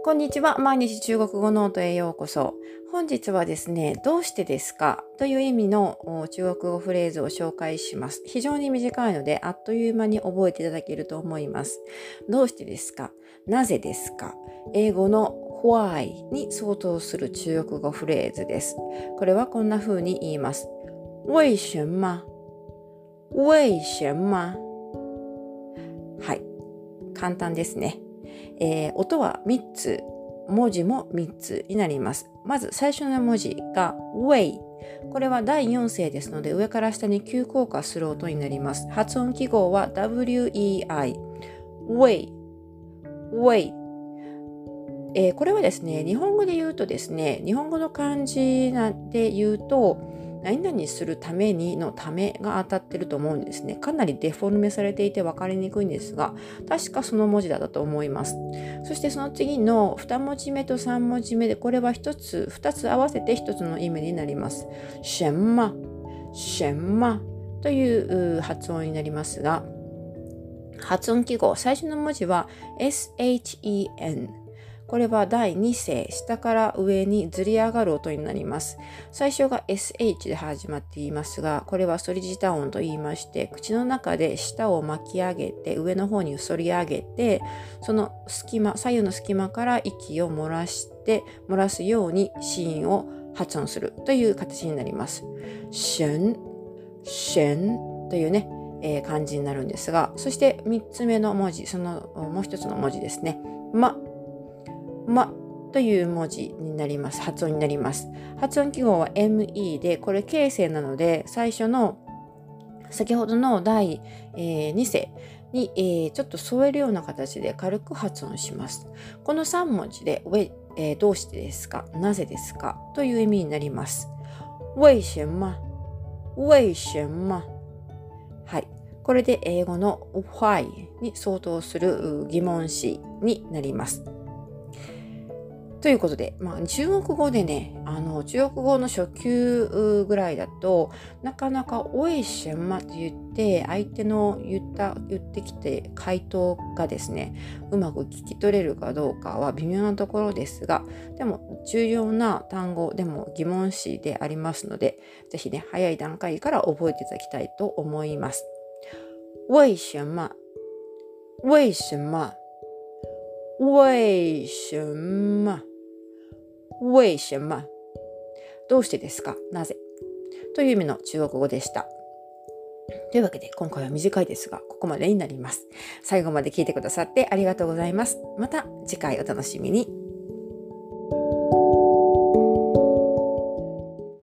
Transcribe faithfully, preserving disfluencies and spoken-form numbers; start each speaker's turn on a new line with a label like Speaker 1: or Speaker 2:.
Speaker 1: こんにちは。毎日中国語ノートへようこそ。本日はですね、どうしてですかという意味の中国語フレーズを紹介します。非常に短いので、あっという間に覚えていただけると思います。どうしてですか？なぜですか？英語の why に相当する中国語フレーズです。これはこんな風に言います。为什么？为什么？はい。簡単ですね。えー、音はみっつ、文字もみっつになります。まず最初の文字が way。これはだいよん声ですので、上から下に急降下する音になります。発音記号は ダブリューイーアイ。way。way。えー、これはですね、日本語で言うとですね、日本語の漢字で言うと、何々するためにのためが当たってると思うんですね。かなりデフォルメされていて分かりにくいんですが、確かその文字だったと思います。そしてその次のに文字目とさん文字目で、これは一つ、二つ合わせて一つの意味になります。什么、什么という発音になりますが、発音記号、最初の文字は エスエイチイーエヌ。これはだいに声、下から上にずり上がる音になります。最初が エスエイチ で始まっていますが、これは反り舌音と言いまして、口の中で舌を巻き上げて、上の方に反り上げて、その隙間、左右の隙間から息を漏らして、漏らすように子音を発音するという形になります。シェン、シェンというね、えー、漢字になるんですが、そしてみっつめの文字、そのもう一つの文字ですね。ま、まという文字になります。発音になります。発音記号は エムイー で、これ形声なので、最初の先ほどのだいに声に、えー、ちょっと添えるような形で軽く発音します。このさん文字で、えー、どうしてですか？なぜですか？という意味になります。为什么？为什么？はい。これで英語の why に相当する疑問詞になります。ということで、まあ、中国語でね、あの中国語の初級ぐらいだとなかなかおいしんまって言って相手の言った言ってきて回答がですねうまく聞き取れるかどうかは微妙なところですが、でも重要な単語でも疑問詞でありますので、ぜひね早い段階から覚えていただきたいと思います。为什么？为什么？为什么？为什么？どうしてですか？なぜ？という意味の中国語でした。というわけで今回は短いですが、ここまでになります。最後まで聞いてくださってありがとうございます。また次回お楽しみに。